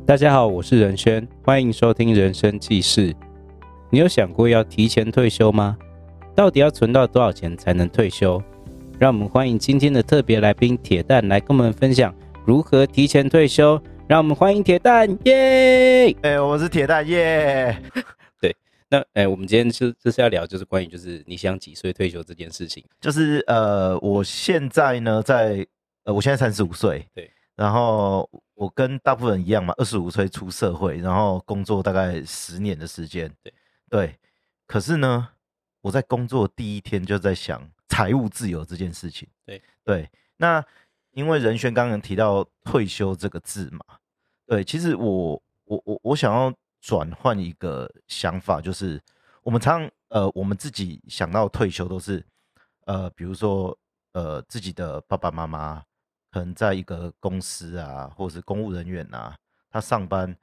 大家好，我是仁轩，欢迎收听人生记事。你有想过要提前退休吗？到底要存到多少钱才能退休？让我们欢迎今天的特别来宾铁蛋来跟我们分享如何提前退休。让我们欢迎铁蛋，耶！ 我是铁蛋，耶！ 对，那我们今天就是要聊，就是关于就是你想几岁退休这件事情。 就是我现在呢，我现在35岁， 对， 然后我跟大部分人一样嘛，25岁出社会，然后工作大概10年的时间，对。可是呢，我在工作第一天就在想财务自由这件事情，对。那因为仁轩刚刚提到退休这个字嘛，对，其实我想要转换一个想法，就是我们我们自己想到退休都是比如说自己的爸爸妈妈可能在一个公司啊，或者是公务人员啊，他上班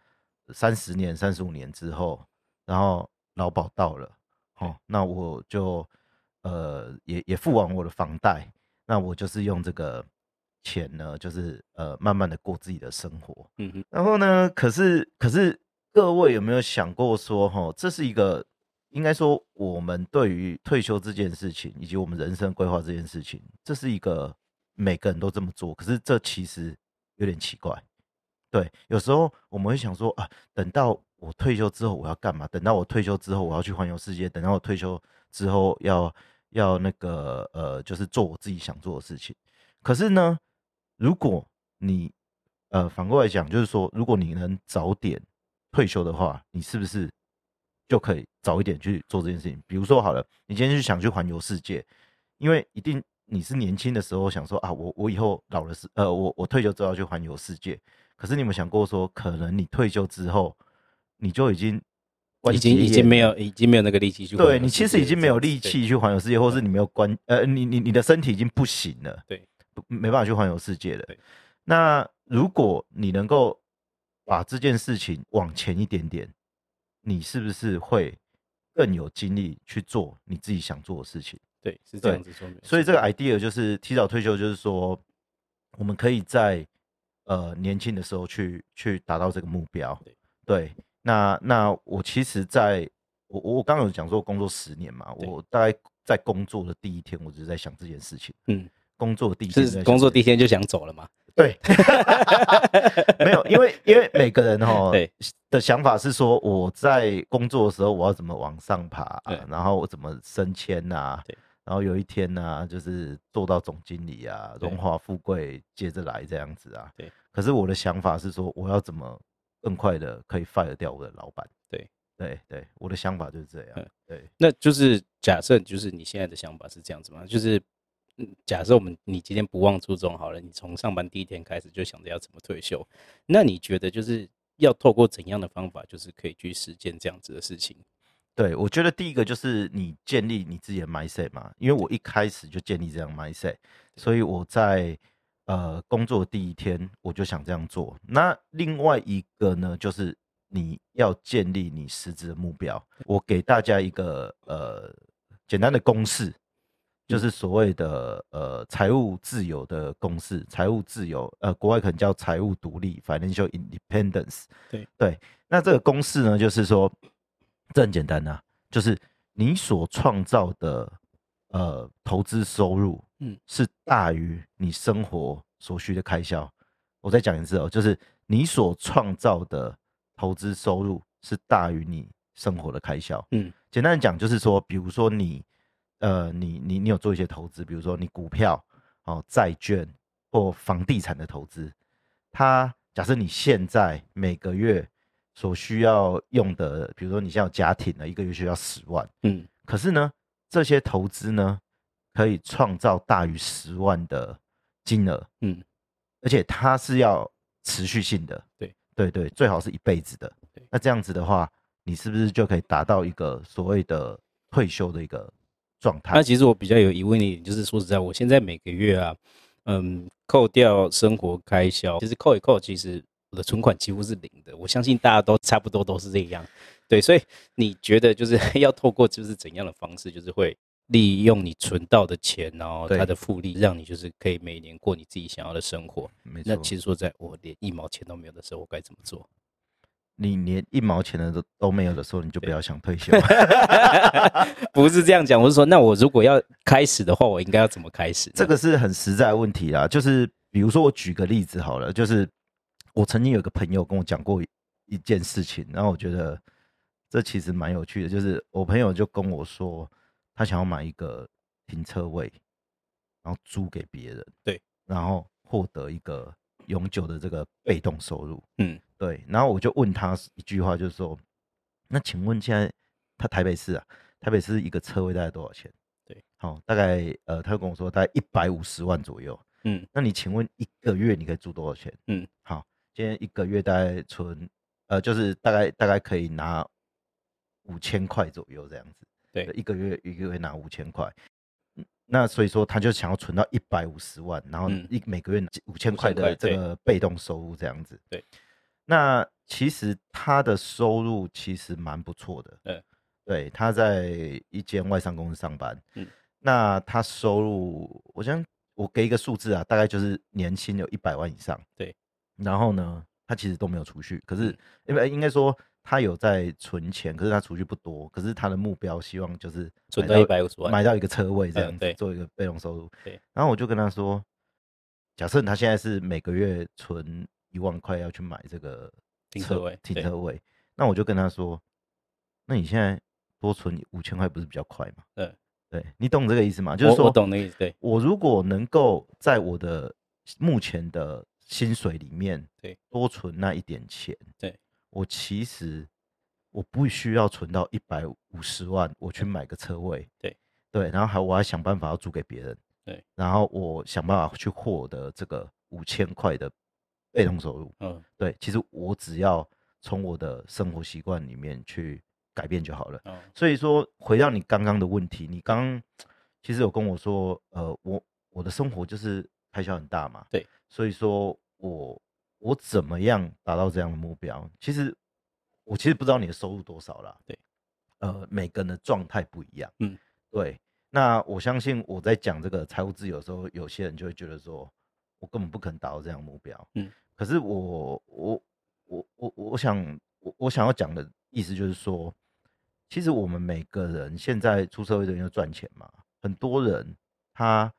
30年、35年之后，然后劳保到了，那我就也付完我的房贷，那我就是用这个钱呢，就是慢慢的过自己的生活。然后呢，可是各位有没有想过说，这是一个应该说我们对于退休这件事情，以及我们人生规划这件事情，这是一个每个人都这么做，可是这其实有点奇怪。对，有时候我们会想说啊，等到我退休之后我要干嘛？等到我退休之后我要去环游世界，等到我退休之后要那个就是做我自己想做的事情。可是呢，如果你反过来讲，就是说，如果你能早点退休的话，你是不是就可以早一点去做这件事情？比如说好了，你今天就想去环游世界，因为一定你是年轻的时候想说啊，我以后老了我退休之后要去环游世界。可是你有没有想过说，可能你退休之后，你就已经没有那个力气去环游世界， 对，你其实已经没有力气去环游世界，或是你没有你的身体已经不行了， 对， 没办法去环游世界了。那如果你能够把这件事情往前一点点，你是不是会更有精力去做你自己想做的事情？ 对，是这样子说。 所以这个 idea 就是提早退休，就是说我们可以在年轻的时候去达到这个目标。对，那我其实我刚刚有讲说工作10年嘛，我大概在工作的第一天，我就在想这件事情。工作第一天就想走了吗？ 对，没有，因为每个人的想法是说，我在工作的时候我要怎么往上爬，然后我怎么升迁啊，然后有一天啊，就是做到总经理啊，荣华富贵接着来这样子啊。对。可是我的想法是说，我要怎么更快的可以 fire 掉我的老板？对，我的想法就是这样。对。 那就是假设就是你现在的想法是这样子吗？就是假设你今天不忘初衷好了，你从上班第一天开始就想着要怎么退休，那你觉得就是要透过怎样的方法，就是可以去实践这样子的事情？ 对，我觉得第一个就是你建立你自己的 mindset 嘛，因为我一开始就建立这样 mindset， 所以我在工作的第一天我就想这样做。那另外一个呢，就是你要建立你实质的目标。我给大家一个简单的公式，就是所谓的财务自由的公式。财务自由国外可能叫财务独立 financial independence。 对，那这个公式呢，就是说这很简单啊，就是你所创造的投资收入是大于你生活所需的开销。我再讲一次就是你所创造的投资收入是大于你生活的开销。简单的讲就是说，比如说你有做一些投资，比如说你股票、债券或房地产的投资，假设你现在每个月所需要用的，比如说你现在有家庭了，一个月需要10万，可是呢，这些投资呢，可以创造大于10万的金额，而且它是要持续性的，对，最好是一辈子的。那这样子的话，你是不是就可以达到一个所谓的退休的一个状态？ 那其实我比较有疑问一点，就是说实在，我现在每个月啊，扣掉生活开销，其实扣一扣，其实我的存款几乎是0的。我相信大家都差不多都是这样。对，所以你觉得就是要透过就是怎样的方式，就是会利用你存到的钱，然后它的复利，让你就是可以每年过你自己想要的生活。那其实说在我连1毛钱都没有的时候，我该怎么做？ 你连1毛钱的都没有的时候，你就不要想退休。 不是这样讲，我是说，那我如果要开始的话，我应该要怎么开始呢？ 这个是很实在的问题啦，就是比如说我举个例子好了，就是我曾经有个朋友跟我讲过一件事情，然后我觉得这其实蛮有趣的，就是我朋友就跟我说，他想要买一个停车位，然后租给别人， 对， 然后获得一个永久的这个被动收入， 嗯， 对，然后我就问他一句话，就是说，那请问现在台北市一个车位大概多少钱？ 对， 好，大概他就跟我说大概150万左右。 嗯， 那你请问一个月你可以租多少钱？ 嗯， 好，今天一个月大概存，就是大概可以拿5000块左右这样子。 对， 一个月拿5000块。那所以说他就想要存到150万，然后每个月5000块的这个被动收入这样子。 对， 那其实他的收入其实蛮不错的。对，他在一间外商公司上班。那他收入，我想我给一个数字啊，大概就是年薪有100万以上。 对， 然后呢，他其实都没有储蓄，可是应该说他有在存钱，可是他储蓄不多，可是他的目标希望就是存到150万， 买到一个车位这样子，做一个被动收入。 对， 然后我就跟他说，假设他现在是每个月存1万块要去买这个停车位， 那我就跟他说，那你现在多存5000块不是比较快吗？对，你懂这个意思吗？就是说， 我懂那个意思。对， 我如果能够在我的目前的薪水里面， 对， 多存那一点钱， 对， 我其实我不需要存到150万，我去买个车位，对，然后我还想办法要租给别人， 对， 然后我想办法去获得这个5000块的被动收入，对，其实我只要从我的生活习惯里面去改变就好了。所以说，回到你刚刚的问题，你刚刚其实有跟我说，我的生活就是开销很大嘛， 对， 所以说我怎么样达到这样的目标？我其实不知道你的收入多少啦， 对， 每个人的状态不一样， 嗯， 对。那我相信我在讲这个财务自由的时候，有些人就会觉得说，我根本不可能达到这样的目标，可是我想要讲的意思就是说，其实我们每个人现在出社会的人要赚钱嘛，很多人他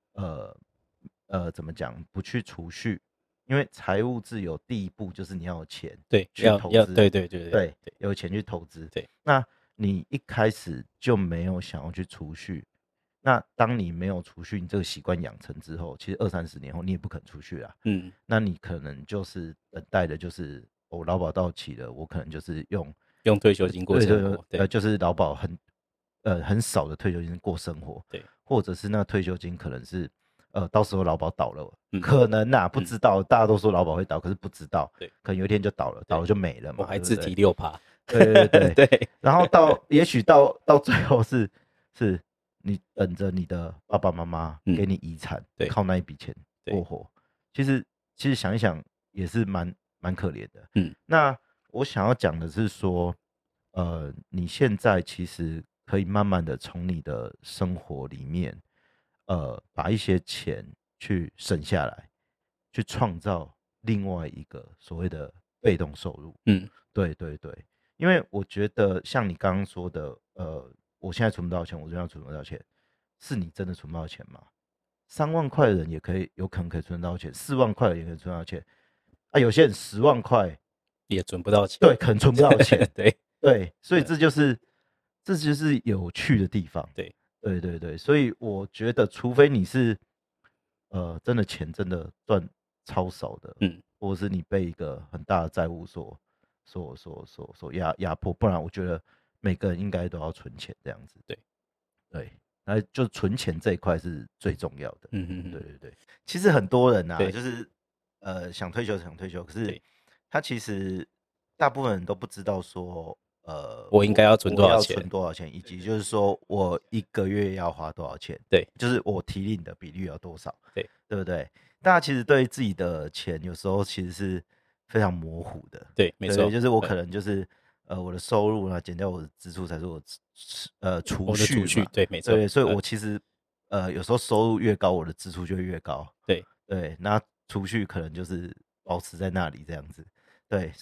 怎么讲不去储蓄，因为财务自由第一步就是你要有钱， 对， 去投资， 对， 有钱去投资， 对。 那你一开始就没有想要去储蓄，那当你没有储蓄，你这个习惯养成之后，其实20-30年后你也不可能储蓄啦，那你可能就是等待的就是我劳保到期了，我可能就是用退休金过生活， 对，就是劳保很少的退休金过生活， 对， 或者是那退休金可能是到时候劳保倒了，可能不知道，大家都说劳保会倒，可是不知道， 对， 可能有一天就倒了，倒了就没了嘛， 我还自提6%， 对，然后也许到最后是你等着你的爸爸妈妈给你遗产，靠那一笔钱过活，其实想一想也是蛮可怜的，那我想要讲的是说，你现在其实可以慢慢的从你的生活里面，把一些钱去省下来，去创造另外一个所谓的被动收入。对，因为我觉得像你刚刚说的，我现在存不到钱，我就要存不到钱，是你真的存不到钱吗？3万块的人也有可能可以存到钱，4万块的人也可以存到钱，有些人10万块也存不到钱， 对，可能存不到钱， 对， 所以这就是有趣的地方，对，所以我觉得，除非你是真的钱真的赚超少的，或者是你被一个很大的债务所压迫，不然我觉得每个人应该都要存钱这样子，对，那就存钱这一块是最重要的，对，其实很多人就是想退休，可是他其实大部分人都不知道说， 我应该要存多少钱，以及就是说我一个月要花多少钱， 对， 就是我提领的比率要多少， 对不对？大家其实对自己的钱有时候其实是非常模糊的， 对，没错， 就是我可能就是我的收入呢减掉我的支出才是我储蓄嘛， 对，没错， 对，所以我其实有时候收入越高，我的支出就会越高，对，那储蓄可能就是保持在那里这样子，对，所以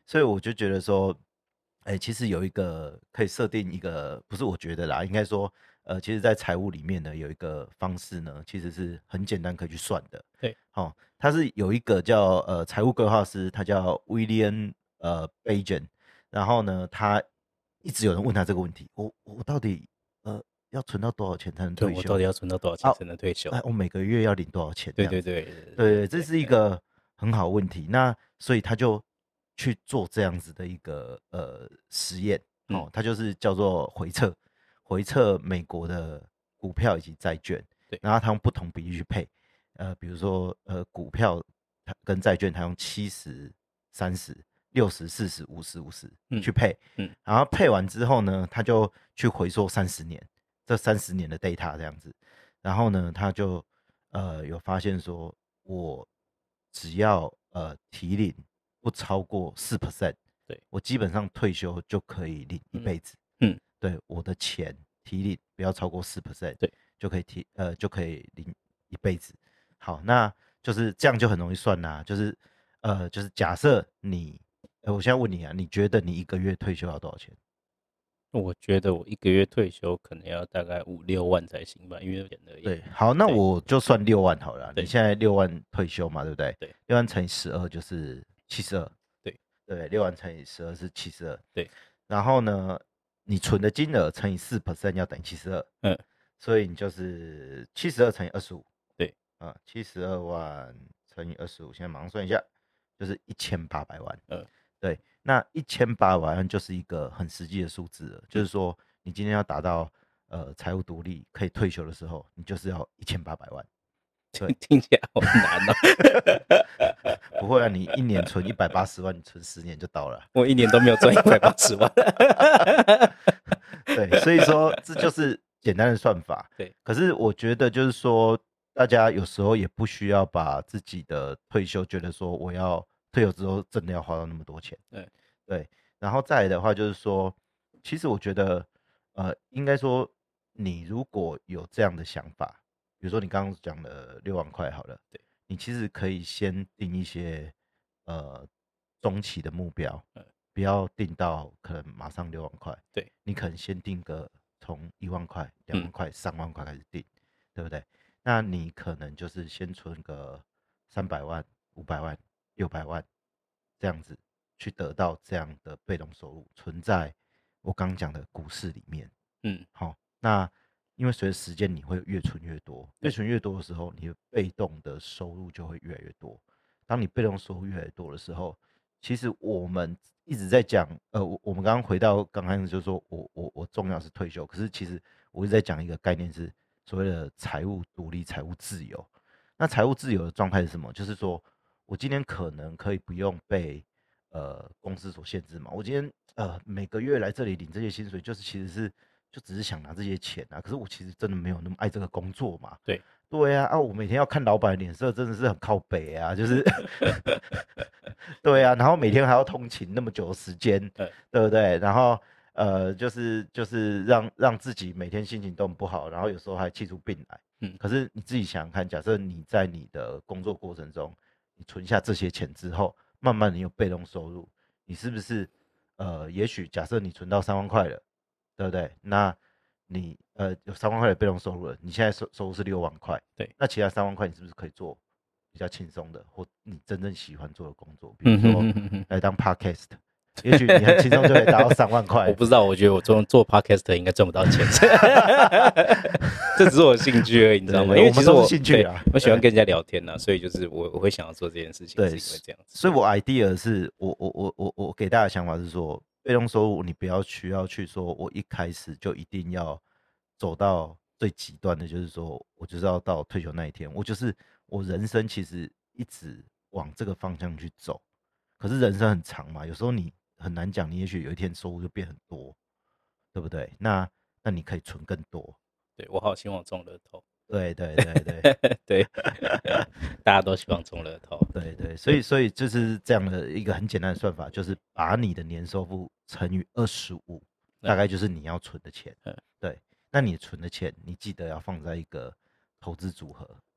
所以我就觉得说，其实有一个可以设定一个，不是我觉得啦，应该说，其实在财务里面呢，有一个方式呢，其实是很简单可以去算的。 对， 好，他是有一个叫财务规划师，他叫 William Bajan，然后呢，他一直有人问他这个问题，我到底要存到多少钱才能对退休？ 我到底要存到多少钱才能退休？ 我每个月要领多少钱？ 对对对对对，这是一个很好的问题。那所以他就去做这样子的一个实验，他就是叫做回测美国的股票以及债券， 对， 然后他用不同比例去配，比如说股票跟债券他用70、30、60、40、50、50去配，然后配完之后呢，他就去回溯30年，这30年的 data 这样子，然后呢，他就有发现说，我只要提领不超过4%， 对， 我基本上退休就可以领一辈子。对，我的钱提领不要超过4%， 对， 就可以领一辈子。好，那就是这样就很容易算啦。就是假设你，我现在问你啊，你觉得你一个月退休要多少钱？ 我觉得我一个月退休可能要大概5、6万才行吧，因为有点而已。 对，好，那我就算6万好了。 对， 你现在6万退休嘛，对不对？ 对 ，6万乘以12就是72。 对， 对，6万乘以12是72。 对， 然后呢，你存的金额乘以4%要等于72。所以你就是72乘以25。 对， 啊，72万乘以25，现在马上算一下，就是1800万。对，那1800万就是一个很实际的数字了，就是说你今天要达到财务独立可以退休的时候，你就是要1800万。对， 听起来好难哦。 不会啊，你一年存180万，你存10年就到了。 我一年都没有赚180万。 对，所以说这就是简单的算法。 对， 可是我觉得就是说，大家有时候也不需要把自己的退休觉得说我要退休之后真的要花到那么多钱。对，然后再来的话就是说，其实我觉得应该说你如果有这样的想法，比如说你刚刚讲的6万块好了， 对， 你其实可以先定一些中期的目标，不要定到可能马上6万块， 对， 你可能先定个从1万块、2万块、3万块开始定，对不对？那你可能就是先存个300万、500万、600万这样子，去得到这样的被动收入，存在我刚讲的股市里面。好，那因为随着时间你会越存越多，越存越多的时候，你的被动的收入就会越来越多。当你被动收入越来越多的时候，其实我们一直在讲，我们刚刚回到刚开始就是说我重要是退休，可是其实我一直在讲一个概念是所谓的财务独立、财务自由。那财务自由的状态是什么？就是说我今天可能可以不用被公司所限制嘛。我今天每个月来这里领这些薪水，就是其实是就只是想拿这些钱啊。可是我其实真的没有那么爱这个工作嘛。对啊，我每天要看老板的脸色，真的是很靠北啊，就是对啊，然后每天还要通勤那么久的时间，对不对？然后就是让自己每天心情都很不好，然后有时候还气出病来。可是你自己想想看，假设你在你的工作过程中，你存下这些钱之后，慢慢你有被动收入，你是不是也许假设你存到3万块了，对不对？那你有3万块的被动收入了，你现在收入是6万块， 对， 那其他3万块你是不是可以做比较轻松的，或你真正喜欢做的工作，比如说来当 podcast，也许你很轻松就可以达到3万块。 我不知道，我觉得我做 podcast 应该赚不到钱，这只是我的兴趣而已，你知道吗？因为其实我兴趣啊， 我喜欢跟人家聊天啊，所以就是我会想要做这件事情，是因为这样子。 所以我 idea 是我给大家的想法是说，被动收入你不要需要去说，我一开始就一定要走到最极端的，就是说我就是要到退休那一天，我人生其实一直往这个方向去走。可是人生很长嘛，有时候你很难讲，你也许有一天收入就变很多，对不对？那你可以存更多。 对，我好希望中乐透。 对对，大家都希望中乐透。 对，所以就是这样的一个很简单的算法，就是把你的年收入乘以25，大概就是你要存的钱。对，那你存的钱，你记得要放在一个投资组合。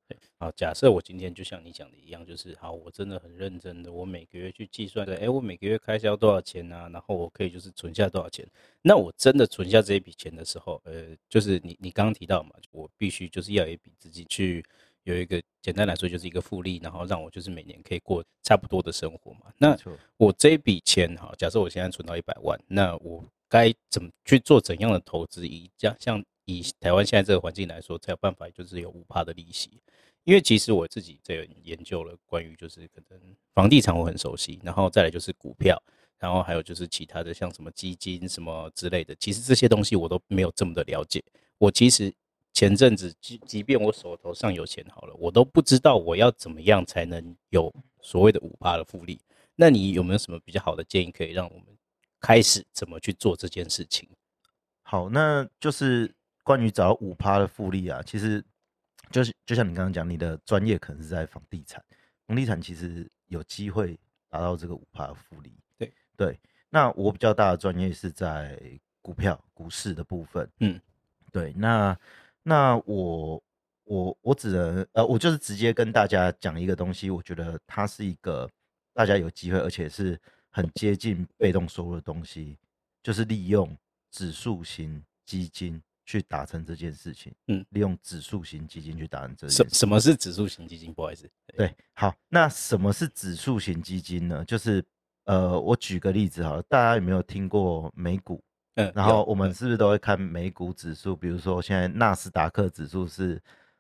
对，好，假设我今天就像你讲的一样，就是好，我真的很认真的，我每个月去计算的，我每个月开销多少钱啊？然后我可以就是存下多少钱？那我真的存下这一笔钱的时候，就是你刚刚提到嘛，我必须就是要有一笔资金去有一个简单来说就是一个复利，然后让我就是每年可以过差不多的生活嘛。那我这一笔钱哈，假设我现在存到100万，那我该怎么去做怎样的投资？像以台湾现在这个环境来说，才有办法就是有5%的利息。因为其实我自己在研究了关于就是可能房地产我很熟悉，然后再来就是股票，然后还有就是其他的像什么基金什么之类的，其实这些东西我都没有这么的了解。我其实前阵子即便我手头上有钱好了，我都不知道我要怎么样才能有所谓的5%的复利。那你有没有什么比较好的建议可以让我们开始怎么去做这件事情？ 好，那就是关于找到5%的复利啊，其实就像你刚刚讲，你的专业可能是在房地产，房地产其实有机会达到这个5%的复利。对，那我比较大的专业是在股票、股市的部分。对，那我只能我就是直接跟大家讲一个东西，我觉得它是一个大家有机会，而且是很接近被动收入的东西，就是利用指数型基金去达成这件事情。利用指数型基金去达成这件事情。 什么是指数型基金？不好意思。 对，好，那什么是指数型基金呢？就是我举个例子好了，大家有没有听过美股？然后我们是不是都会看美股指数？比如说现在纳斯达克指数是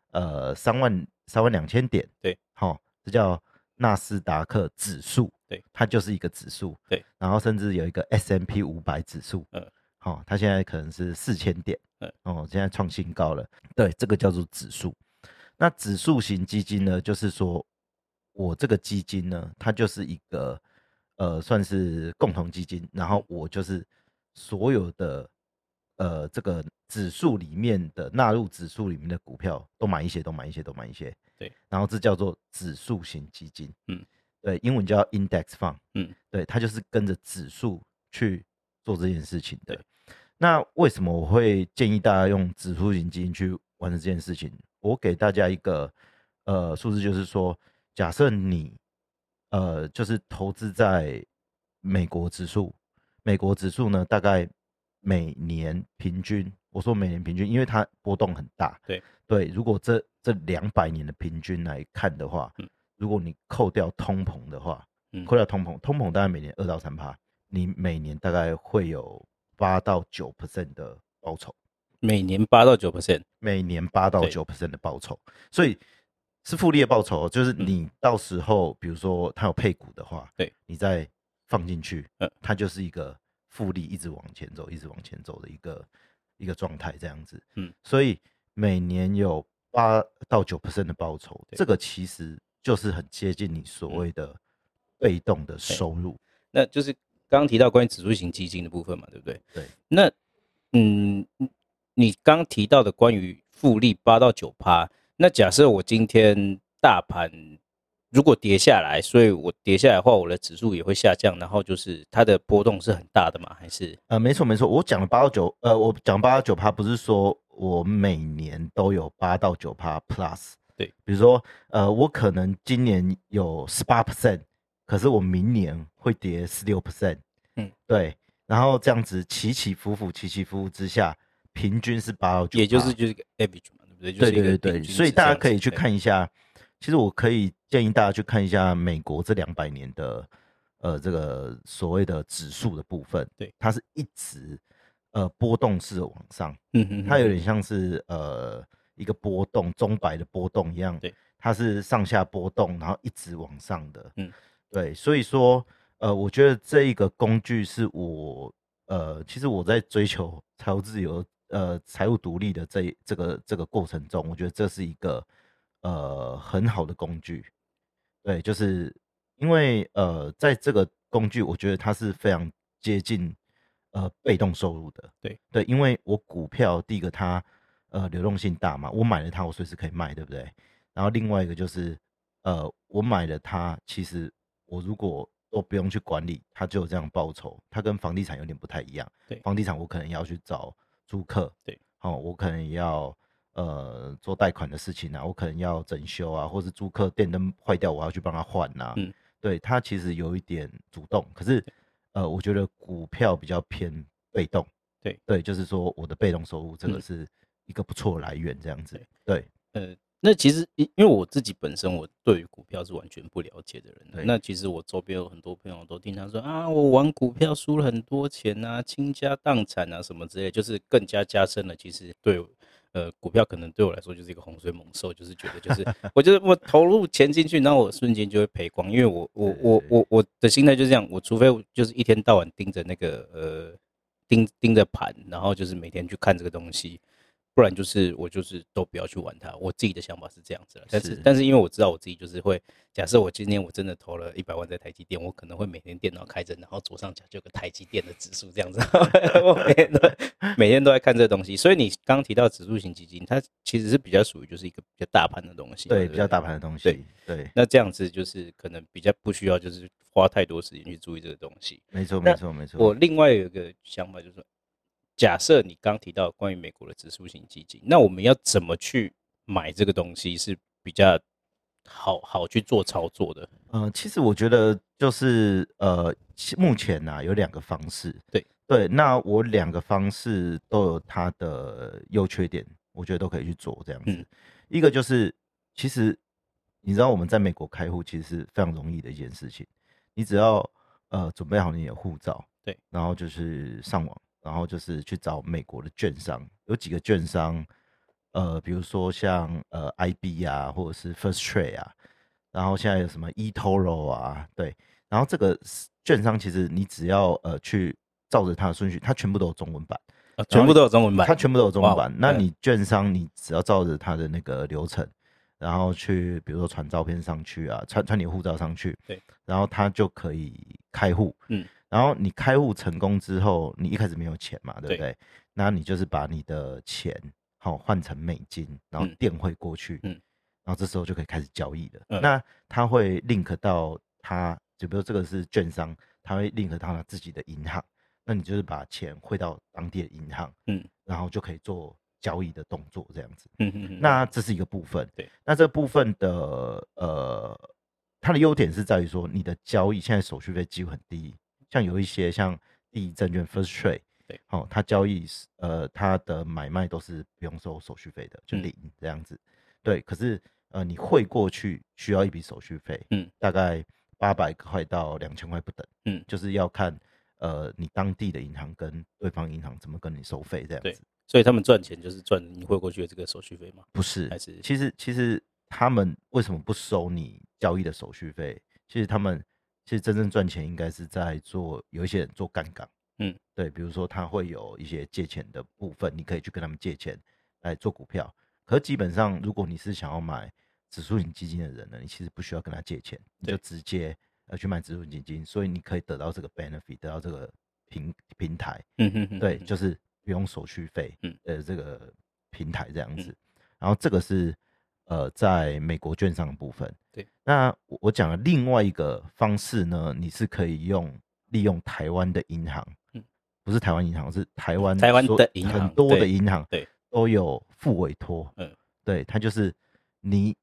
32000点， 对， 好，这叫纳斯达克指数， 对， 它就是一个指数， 对， 然后甚至有一个 S&P 500指数，好，它现在可能是4000点，现在创新高了，对，这个叫做指数。那指数型基金呢，就是说我这个基金呢，它就是一个算是共同基金，然后我就是所有的这个指数里面的纳入指数里面的股票都买一些，都买一些，都买一些， 对， 然后这叫做指数型基金，对，英文叫 index fund，对，它就是跟着指数去做这件事情的。那为什么我会建议大家用指数型基金去完成这件事情？我给大家一个数字，就是说，假设你就是投资在美国指数，美国指数呢大概每年平均，我说每年平均，因为它波动很大，对，如果这200年的平均来看的话，如果你扣掉通膨的话，扣掉通膨大概每年2到3%，你每年大概会有8到9% 的报酬。 每年8到9%， 每年8到9% 的报酬，所以是复利的报酬，就是你到时候比如说它有配股的话， 对， 你再放进去，它就是一个复利一直往前走，一直往前走的一个状态这样子。所以每年有8到9% 的报酬，这个其实就是很接近你所谓的被动的收入。 那就是刚刚提到关于指数型基金的部分嘛，对不对？ 对。 那你刚提到的关于复利8到9%，那假设我今天大盘如果跌下来，所以我跌下来的话，我的指数也会下降，然后就是它的波动是很大的嘛？还是？ 没错没错，我讲了8到9，我讲8到9%不是说我每年都有8到9% plus， 对， 比如说我可能今年有18%，可是我明年会跌16%，对，然后这样子起起伏伏之下。平均是8到9%， 也就是一个 average 嘛，对不对？ 对对对，所以大家可以去看一下。其实我可以建议大家去看一下美国这200年的这个所谓的指数的部分， 对， 它是一直波动式的往上，它有点像是一个波动钟摆的波动一样， 对， 它是上下波动，然后一直往上的，对，所以说我觉得这一个工具是我其实我在追求财务自由。财务独立的这个过程中，我觉得这是一个很好的工具，对，就是因为在这个工具，我觉得它是非常接近被动收入的，对，因为我股票第一个它流动性大嘛，我买了它，我随时可以卖，对不对？然后另外一个就是我买了它，其实我如果都不用去管理，它就有这样报酬，它跟房地产有点不太一样， 对， 房地产我可能要去找租客， 对， 我可能也要做贷款的事情啊，我可能要整修啊，或是租客电灯坏掉，我要去帮他换啊。对，他其实有一点主动，可是我觉得股票比较偏被动。对，就是说我的被动收入这个是一个不错的来源，这样子。对， 那其实因为我自己本身我对于股票是完全不了解的人，那其实我周边有很多朋友都经常说啊，我玩股票输了很多钱啊，倾家荡产啊什么之类，就是更加加深了其实对股票可能对我来说就是一个洪水猛兽，就是觉得就是我觉得我投入钱进去，然后我瞬间就会赔光，因为我的心态就是这样，我除非就是一天到晚盯着那个盯着盘，然后就是每天去看这个东西。不然就是我就是都不要去玩它，我自己的想法是这样子了。但是因为我知道我自己就是会，假设我今天我真的投了100万在台积电，我可能会每天电脑开着，然后左上角就有个台积电的指数这样子，我每天都在看这个东西。所以你刚刚提到指数型基金，它其实是比较属于就是一个比较大盘的东西， 对，比较大盘的东西。对， 那这样子就是可能比较不需要就是花太多时间去注意这个东西。 没错。 我另外有一个想法就是说，假设你刚提到关于美国的指数型基金，那我们要怎么去买这个东西是比较好去做操作的？ 其实我觉得就是目前有2个方式。对，那我2个方式都有它的优缺点，我觉得都可以去做这样子。一个就是其实你知道我们在美国开户其实是非常容易的一件事情，你只要准备好你的护照， 对， 然后就是上网。然后就是去找美国的券商，有几个券商，比如说像IB 啊，或者是 First Trade 啊，然后现在有什么 eToro 啊，对，然后这个券商其实你只要去照着它的顺序，它全部都有中文版， 全部都有中文版， 它全部都有中文版。那你券商你只要照着它的那个流程，然后去比如说传照片上去啊，传你的护照上去， 对， 然后它就可以开户，然后你开户成功之后，你一开始没有钱嘛，对不对？那你就是把你的钱换成美金，然后电汇过去，然后这时候就可以开始交易了。那它会 link 到它，就比如这个是券商，它会 link 到它自己的银行，那你就是把钱汇到当地的银行，然后就可以做交易的动作这样子。那这是一个部分。 对， 那这部分的它的优点是在于说，你的交易现在手续费几乎很低。像有一些像第一证券 First Trade， 对，它交易它的买卖都是不用收手续费的，就零这样子。对，可是你汇过去需要一笔手续费，大概800块到2000块不等，就是要看你当地的银行跟对方银行怎么跟你收费这样子。 所以他们赚钱就是赚你汇过去的这个手续费吗？ 不是， 还是其实他们为什么不收你交易的手续费？其实真正赚钱应该是在有一些人做杠杆，对，比如说他会有一些借钱的部分，你可以去跟他们借钱来做股票。可基本上，如果你是想要买指数型基金的人呢，你其实不需要跟他借钱，你就直接去买指数型基金，所以你可以得到这个 benefit， 得到这个平台，对，就是不用手续费的这个平台这样子。然后这个是在美国券商的部分。 对， 那我讲的另外一个方式呢，你是可以利用台湾的银行，不是台湾银行，是台湾的银行， 很多的银行对都有附委托，对，它就是你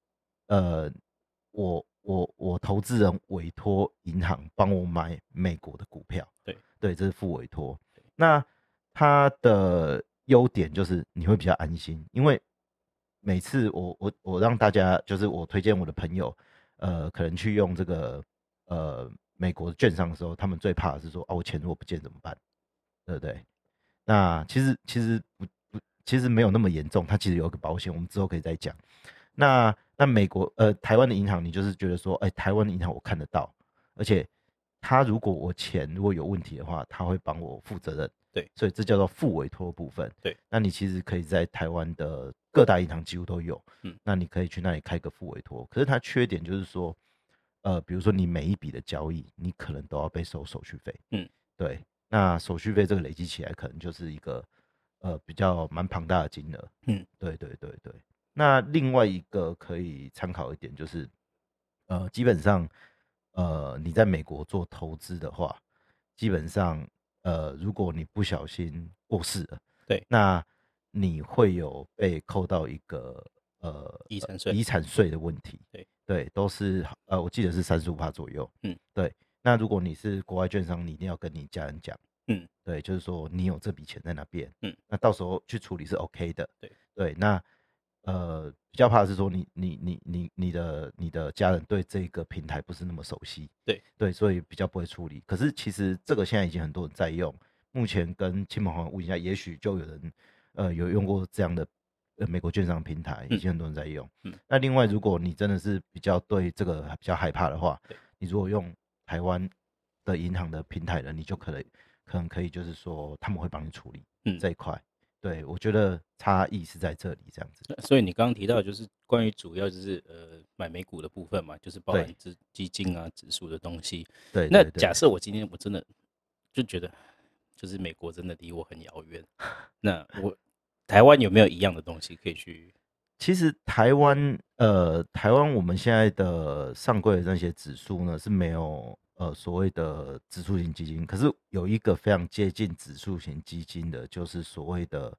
我投资人委托银行帮我买美国的股票，对，这是附委托。那它的优点就是你会比较安心，因为每次我让大家就是我推荐我的朋友，可能去用这个美国的券商的时候，他们最怕的是说我钱如果不见怎么办，对不对？那其实没有那么严重，它其实有一个保险，我们之后可以再讲。那美国台湾的银行，你就是觉得说，台湾的银行我看得到，而且他如果我钱如果有问题的话，他会帮我负责任。 对， 所以这叫做附委托部分。 对， 那你其实可以在台湾的各大银行几乎都有，那你可以去那里开个附委托。可是它缺点就是说，比如说你每一笔的交易，你可能都要被收手续费。对，那手续费这个累积起来，可能就是一个比较蛮庞大的金额。对。那另外一个可以参考一点就是，基本上，你在美国做投资的话，基本上，如果你不小心过世了， 对， 那你会有被扣到一个遗产税的问题。对，都是我记得是35%左右。对。那如果你是国外券商，你一定要跟你家人讲。对，就是说你有这笔钱在那边。那到时候去处理是 OK 的。对。那比较怕的是说你的家人对这个平台不是那么熟悉。对，所以比较不会处理。可是其实这个现在已经很多人在用，目前跟亲朋好友问一下，也许就有人有用过这样的美国券商平台，已经很多人在用。那另外，如果你真的是比较对这个比较害怕的话，你如果用台湾的银行的平台呢，你就可能可以，就是说他们会帮你处理这一块。对，我觉得差异是在这里这样子。 所以你刚刚提到就是关于主要就是买美股的部分嘛，就是包含基金啊、指数的东西。 对。 那假设我今天我真的就觉得，就是美国真的离我很遥远，那台湾有没有一样的东西可以去？ 其实台湾我们现在的上柜的那些指数呢是没有所谓的指数型基金，可是有一个非常接近指数型基金的，就是所谓的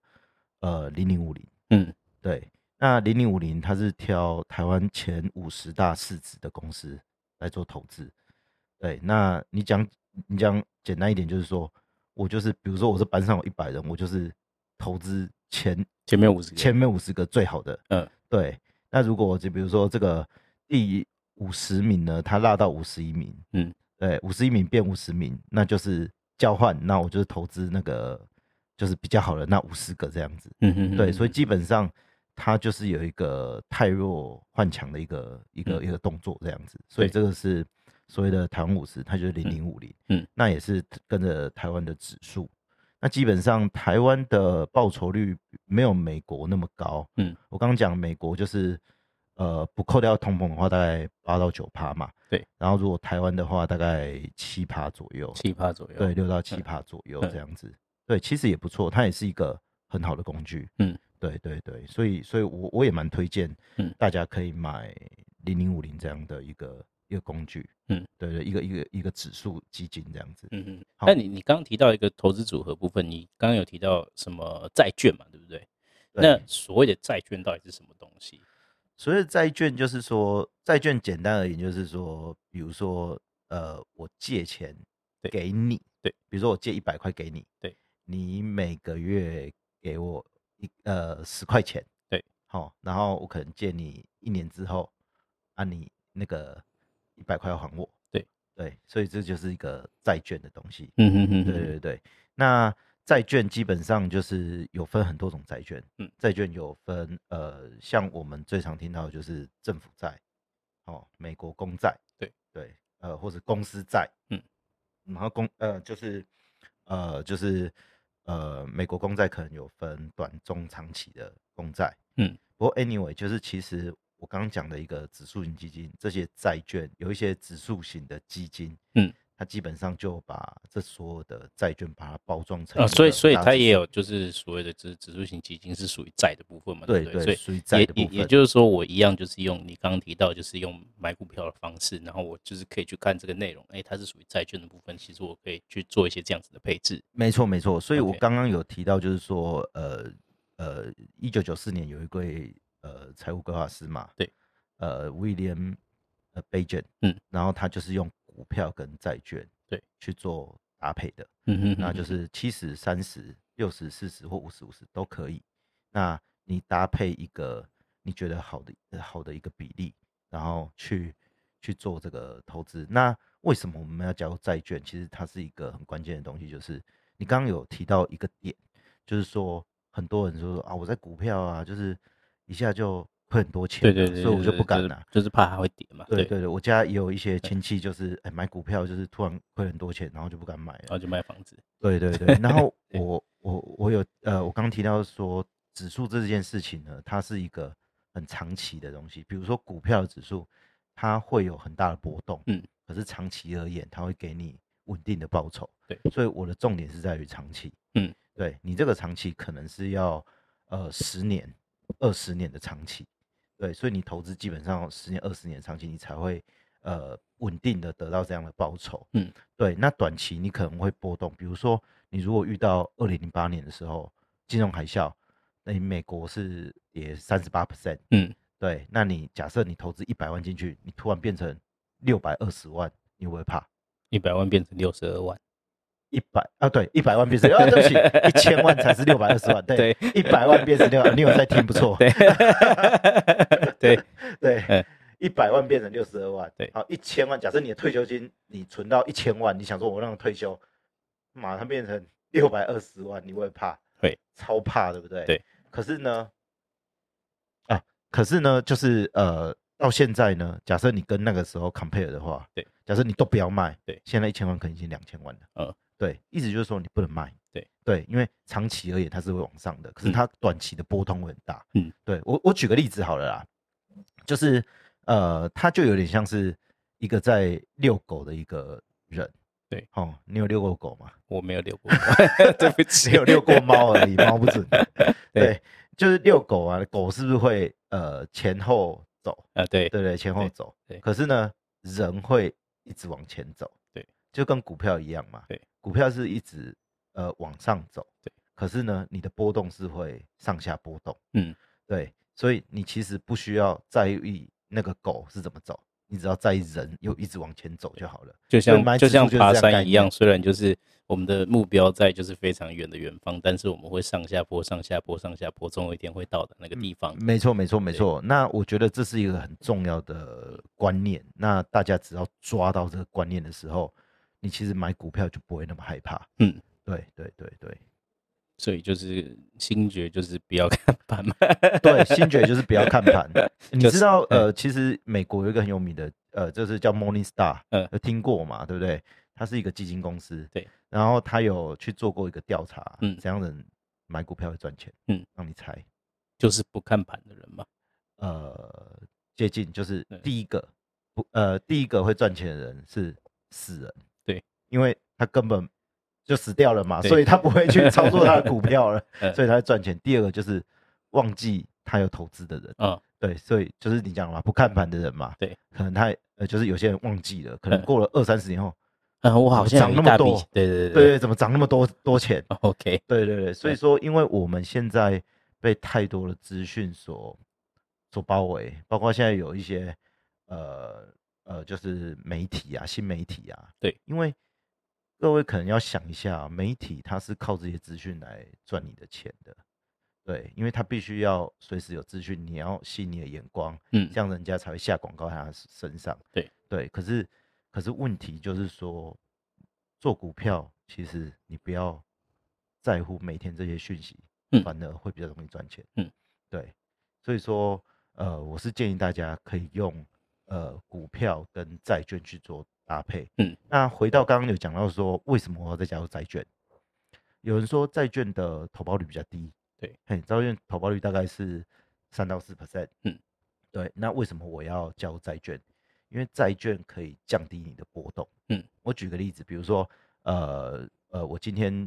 0050。对。那0050它是挑台湾前50大市值的公司来做投资。对。那你讲简单一点，就是说我就是比如说我是班上有100人，我就是投资前面50个最好的。对。那如果就比如说这个第50名呢，他落到51名。对，51名变50名，那就是交换，那我就是投资那个就是比较好的那50个这样子。对，所以基本上它就是有一个汰弱换强的一个动作这样子。所以这个是所谓的台湾50，它就是0050。那也是跟着台湾的指数。那基本上台湾的报酬率没有美国那么高。我刚刚讲美国就是不扣掉通膨的话，大概8到9%嘛。 对。然后如果台湾的话，大概7%左右。 7%左右。 对，6到7%左右这样子。对，其实也不错，它也是一个很好的工具。对。所以我也蛮推荐大家可以买0050这样的一个工具。对，一个指数基金这样子。 那你刚刚提到一个投资组合部分，你刚刚有提到什么债券嘛，对不对？那所谓的债券到底是什么东西？ 所谓的债券就是说，债券简单而言就是说，比如说我借钱给你。 对。 比如说我借100块给你。 对。 你每个月给我10块钱。 对。 然后我可能借你1年之后，你那个100块要还我。对，所以这就是一个债券的东西。对。那债券基本上就是有分很多种债券。债券有分像我们最常听到的就是政府债，美国公债。对。或者公司债。然后就是美国公债可能有分短、中、长期的公债。不过 anyway 就是其实我刚刚讲的一个指数型基金，这些债券有一些指数型的基金。它基本上就把这所有的债券把它包装成所以它也有就是所谓的指数型基金是属于债的部分嘛？对，所以属于债的部分。 也就是说，我一样就是用你刚刚提到，就是用买股票的方式，然后我就是可以去看这个内容，它是属于债券的部分，其实我可以去做一些这样子的配置。 没错。所以我刚刚有提到，就是说1994年有一位财务规划师嘛。 对。 William Bajan。然后他就是用股票跟债券去做搭配的。那就是70、30、60、40或50、50都可以。那你搭配一个你觉得好的一个比例，然后去做这个投资。那为什么我们要加入债券？其实它是一个很关键的东西，就是你刚刚有提到一个点，就是说很多人说我在股票啊，就是一下就会很多钱。 对， 所以我就不敢拿。 就是怕它会跌嘛。 对，我家也有一些亲戚就是买股票就是突然亏很多钱，然后就不敢买了， 然后就卖房子。 对。然后我有我刚提到说指数这件事情呢，它是一个很长期的东西。比如说股票的指数，它会有很大的波动。可是长期而言，它会给你稳定的报酬。 对。 所以我的重点是在于长期。对，你这个长期可能是要10年、20年的长期。对，所以你投资基本上10年、20年的长期，你才会稳定的得到这样的报酬。对。那短期你可能会波动，比如说你如果遇到2008年的时候金融海啸， 那你美国是跌38%，对，那你假设你投资100万进去，你突然变成620万，你会不会怕 ？100万变成62万。 对，100万变成对不起，1000万才是620万，对，100万变成6，你有在听不错， 对对，100万变成62万，对，好，1000万，假设你的退休金你存到1000万，你想说我让退休，马上变成620万，你会怕？ 会， 超怕，对不对？ 对。 可是呢，就是到现在呢，假设你跟那个时候 compare 的话， 对， 假设你都不要卖， 对， 现在1000万可能已经2000万了，对，意思就是说你不能卖，对，因为长期而言它是会往上的，可是它短期的波动会很大，对，我举个例子好了啦，就是它就有点像是一个在遛狗的一个人， 对， 你有遛过狗吗？ 我没有遛过狗，对不起， 你有遛过猫而已，猫不准，对，就是遛狗啊，狗是不是会前后走啊？对前后走，可是呢，人会一直往前走，对，就跟股票一样嘛，对，股票是一直往上走，对，可是呢，你的波动是会上下波动，对，所以你其实不需要在意那个狗是怎么走，你只要在意人又一直往前走就好了， 就像爬山一样，虽然就是我们的目标在就是非常远的远方，但是我们会上下坡，总有一天会到的那个地方。 没错。那我觉得这是一个很重要的观念。那大家只要抓到这个观念的时候，你其实买股票就不会那么害怕。对。 所以就是心诀就是不要看盘嘛。 对，心诀就是不要看盘。你知道其实美国有一个很有名的就是叫 Morningstar，有听过嘛？对不对？它是一个基金公司，对。然后他有去做过一个调查，怎样人买股票会赚钱？让你猜， 就是不看盘的人嘛。 接近，就是第一个会赚钱的人是死人，对，因为他根本就死掉了嘛，所以他不会去操作他的股票了，所以他会赚钱。第二个就是忘记他有投资的人，对，所以就是你讲嘛，不看盘的人嘛，对，可能他就是有些人忘记了，可能过了20-30年后。 我好像涨那么多， 对， 怎么涨那么多钱 ？OK， 对，所以说，因为我们现在被太多的资讯所包围，包括现在有一些就是媒体啊，新媒体啊，对，因为各位可能要想一下，媒体它是靠这些资讯来赚你的钱的，对，因为它必须要随时有资讯，你要吸引你的眼光，这样人家才会下广告在他身上，对，可是问题就是说，做股票其实你不要在乎每天这些讯息，反而会比较容易赚钱。对，所以说我是建议大家可以用股票跟债券去做搭配。那回到刚刚有讲到说，为什么我要再加入债券？有人说债券的投报率比较低，对，债券投报率大概是3-4%。对，那为什么我要加入债券？因为债券可以降低你的波动。我举个例子，比如说，我今天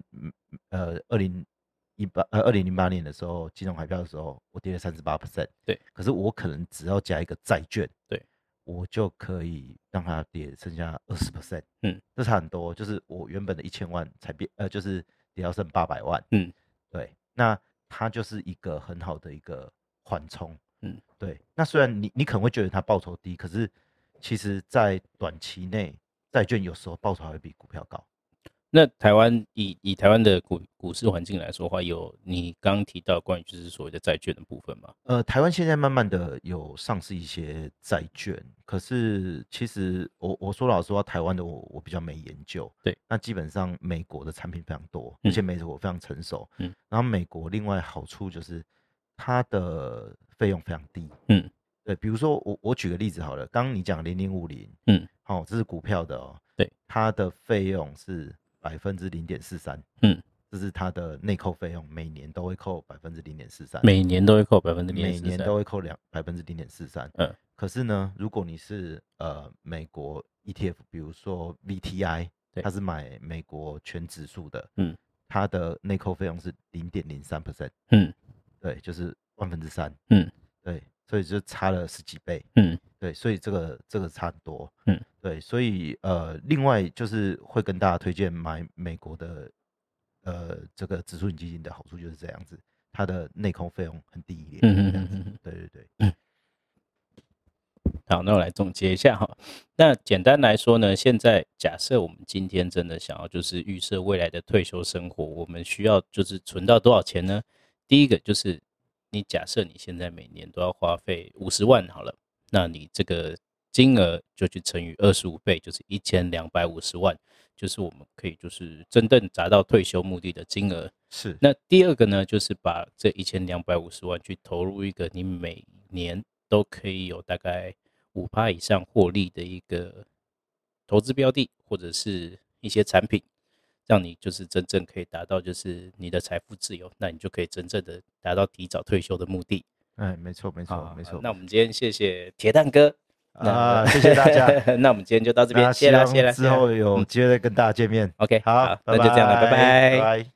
2008年的时候，金融海啸的时候，我跌了38%。对，可是我可能只要加一个债券，对，我就可以让它跌剩下20%。这差很多，就是我原本的1000万才就是跌到剩800万。对，那它就是一个很好的一个缓冲。对，那虽然你可能会觉得它报酬低，可是其实在短期内，债券有时候报酬还会比股票高。 那台湾以台湾的股市环境来说的话，有你刚刚提到关于就是所谓的债券的部分吗？ 台湾现在慢慢的有上市一些债券，可是其实我说老实话，台湾的我比较没研究。对，那基本上美国的产品非常多，而且美国非常成熟。然后美国另外好处就是它的费用非常低。对，比如说我举个例子好了，刚刚你讲0050，这是股票的哦。对，它的费用是0.43%，这是它的内扣费用，每年都会扣0.43%， 每年都会扣0.43%， 每年都会扣0.43%。可是呢，如果你是美国 ETF， 比如说 VTI， 它是买美国全指数的，它的内扣费用是0.03%，对，就是3%，对，所以就差了10几倍，对，所以这个差很多，对，所以另外就是会跟大家推荐买美国的这个指数型基金的好处就是这样子， 它的内扣费用很低一点。对对对。 好，那我来总结一下哈。那简单来说呢，现在假设我们今天真的想要就是预设未来的退休生活，我们需要就是存到多少钱呢？第一个就是你假设你现在每年都要花费50万好了，那你这个金额就去乘以25倍，就是1250万，就是我们可以就是真正达到退休目的的金额。 是。 那第二个呢，就是把这1250万去投入一个你每年都可以有大概5%以上获利的一个投资标的，或者是一些产品，让你就是真正可以达到就是你的财富自由，那你就可以真正的达到提早退休的目的。 没错没错没错。 那我们今天谢谢铁蛋哥谢谢大家。 那我们今天就到这边，谢啦。 之后有机会跟大家见面。 OK， 好， 那就这样了，拜拜。